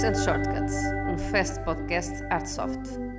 and Shortcuts, um fast podcast Artsoft.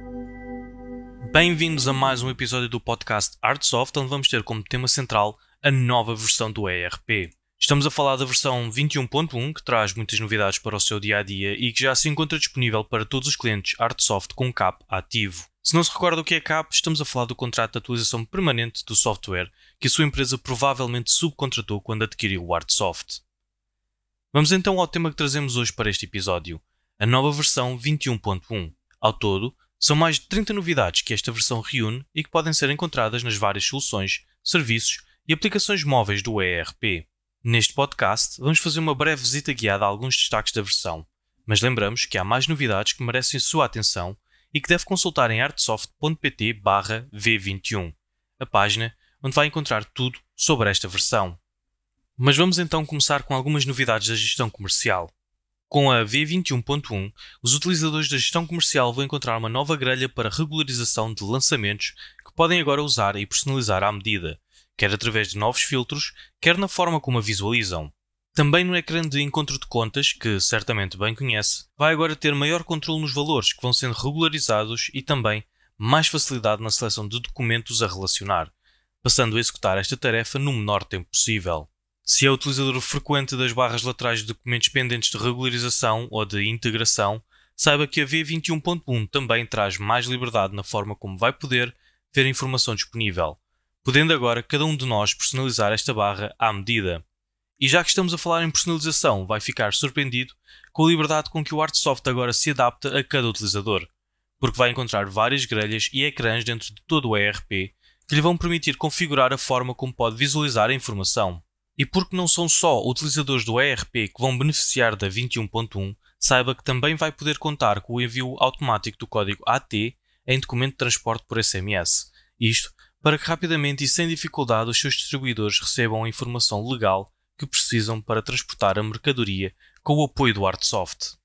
Bem-vindos a mais um episódio do podcast Artsoft, onde vamos ter como tema central a nova versão do ERP. Estamos a falar da versão 21.1, que traz muitas novidades para o seu dia-a-dia e que já se encontra disponível para todos os clientes Artsoft com CAP ativo. Se não se recorda o que é CAP, estamos a falar do contrato de atualização permanente do software que a sua empresa provavelmente subcontratou quando adquiriu o Artsoft. Vamos então ao tema que trazemos hoje para este episódio, a nova versão 21.1. Ao todo, são mais de 30 novidades que esta versão reúne e que podem ser encontradas nas várias soluções, serviços e aplicações móveis do ERP. Neste podcast, vamos fazer uma breve visita guiada a alguns destaques da versão, mas lembramos que há mais novidades que merecem sua atenção e que deve consultar em artsoft.pt/v21, a página onde vai encontrar tudo sobre esta versão. Mas vamos então começar com algumas novidades da gestão comercial. Com a V21.1, os utilizadores da gestão comercial vão encontrar uma nova grelha para regularização de lançamentos que podem agora usar e personalizar à medida, quer através de novos filtros, quer na forma como a visualizam. Também no ecrã de encontro de contas, que certamente bem conhece, vai agora ter maior controle nos valores que vão sendo regularizados e também mais facilidade na seleção de documentos a relacionar, passando a executar esta tarefa no menor tempo possível. Se é utilizador frequente das barras laterais de documentos pendentes de regularização ou de integração, saiba que a V21.1 também traz mais liberdade na forma como vai poder ver a informação disponível, podendo agora cada um de nós personalizar esta barra à medida. E já que estamos a falar em personalização, vai ficar surpreendido com a liberdade com que o Artsoft agora se adapta a cada utilizador, porque vai encontrar várias grelhas e ecrãs dentro de todo o ERP que lhe vão permitir configurar a forma como pode visualizar a informação. E porque não são só utilizadores do ERP que vão beneficiar da 21.1, saiba que também vai poder contar com o envio automático do código AT em documento de transporte por SMS. Isto para que rapidamente e sem dificuldade os seus distribuidores recebam a informação legal que precisam para transportar a mercadoria com o apoio do Artsoft.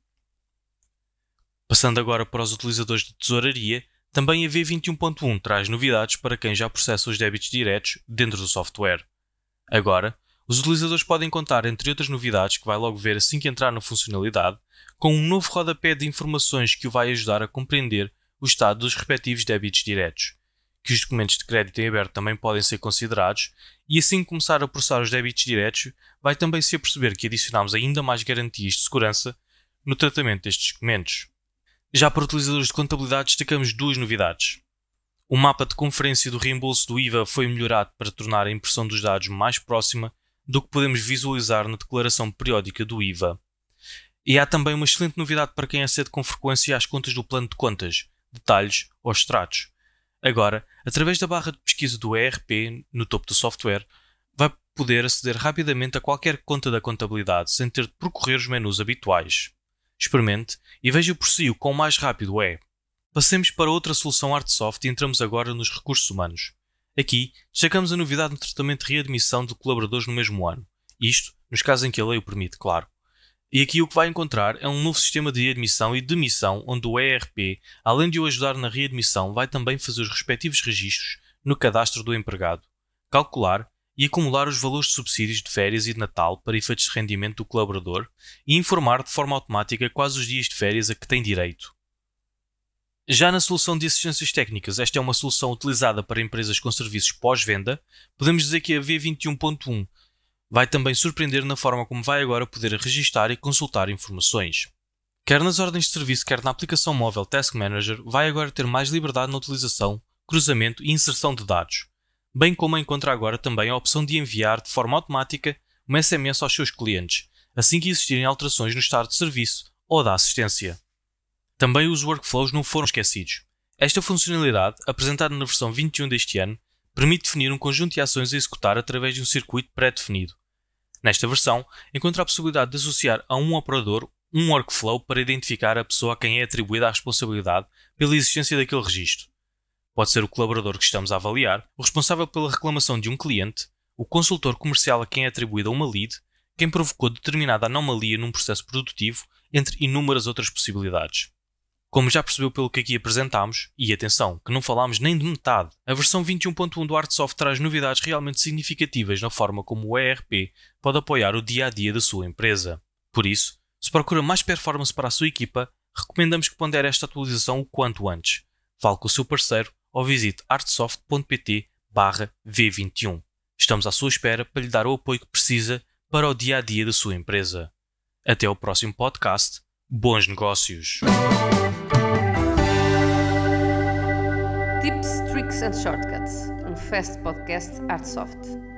Passando agora para os utilizadores de tesouraria, também a V21.1 traz novidades para quem já processa os débitos diretos dentro do software. Agora, os utilizadores podem contar, entre outras novidades que vai logo ver assim que entrar na funcionalidade, com um novo rodapé de informações que o vai ajudar a compreender o estado dos respectivos débitos diretos, que os documentos de crédito em aberto também podem ser considerados, e assim que começar a processar os débitos diretos, vai também se aperceber que adicionamos ainda mais garantias de segurança no tratamento destes documentos. Já para utilizadores de contabilidade destacamos duas novidades. O mapa de conferência do reembolso do IVA foi melhorado para tornar a impressão dos dados mais próxima do que podemos visualizar na declaração periódica do IVA. E há também uma excelente novidade para quem acede com frequência às contas do plano de contas, detalhes ou extratos. Agora, através da barra de pesquisa do ERP, no topo do software, vai poder aceder rapidamente a qualquer conta da contabilidade sem ter de percorrer os menus habituais. Experimente e veja por si o quão mais rápido é. Passemos para outra solução Artsoft e entramos agora nos recursos humanos. Aqui, destacamos a novidade no tratamento de readmissão de colaboradores no mesmo ano. Isto, nos casos em que a lei o permite, claro. E aqui o que vai encontrar é um novo sistema de admissão e demissão, onde o ERP, além de o ajudar na readmissão, vai também fazer os respectivos registros no cadastro do empregado, calcular e acumular os valores de subsídios de férias e de Natal para efeitos de rendimento do colaborador e informar de forma automática quais os dias de férias a que tem direito. Já na solução de assistências técnicas, esta é uma solução utilizada para empresas com serviços pós-venda, podemos dizer que a V21.1 vai também surpreender na forma como vai agora poder registar e consultar informações. Quer nas ordens de serviço, quer na aplicação móvel Task Manager, vai agora ter mais liberdade na utilização, cruzamento e inserção de dados, bem como encontra agora também a opção de enviar de forma automática uma SMS aos seus clientes, assim que existirem alterações no estado de serviço ou da assistência. Também os workflows não foram esquecidos. Esta funcionalidade, apresentada na versão 21 deste ano, permite definir um conjunto de ações a executar através de um circuito pré-definido. Nesta versão, encontra a possibilidade de associar a um operador um workflow para identificar a pessoa a quem é atribuída a responsabilidade pela existência daquele registro. Pode ser o colaborador que estamos a avaliar, o responsável pela reclamação de um cliente, o consultor comercial a quem é atribuída uma lead, quem provocou determinada anomalia num processo produtivo, entre inúmeras outras possibilidades. Como já percebeu pelo que aqui apresentámos, e atenção, que não falámos nem de metade, a versão 21.1 do Artsoft traz novidades realmente significativas na forma como o ERP pode apoiar o dia-a-dia da sua empresa. Por isso, Se procura mais performance para a sua equipa, recomendamos que pondere esta atualização o quanto antes. Fale com o seu parceiro ou visite artsoft.pt/v21. Estamos à sua espera para lhe dar o apoio que precisa para o dia-a-dia da sua empresa. Até ao próximo podcast. Bons negócios! Tips, Tricks and Shortcuts, um fast podcast Artsoft.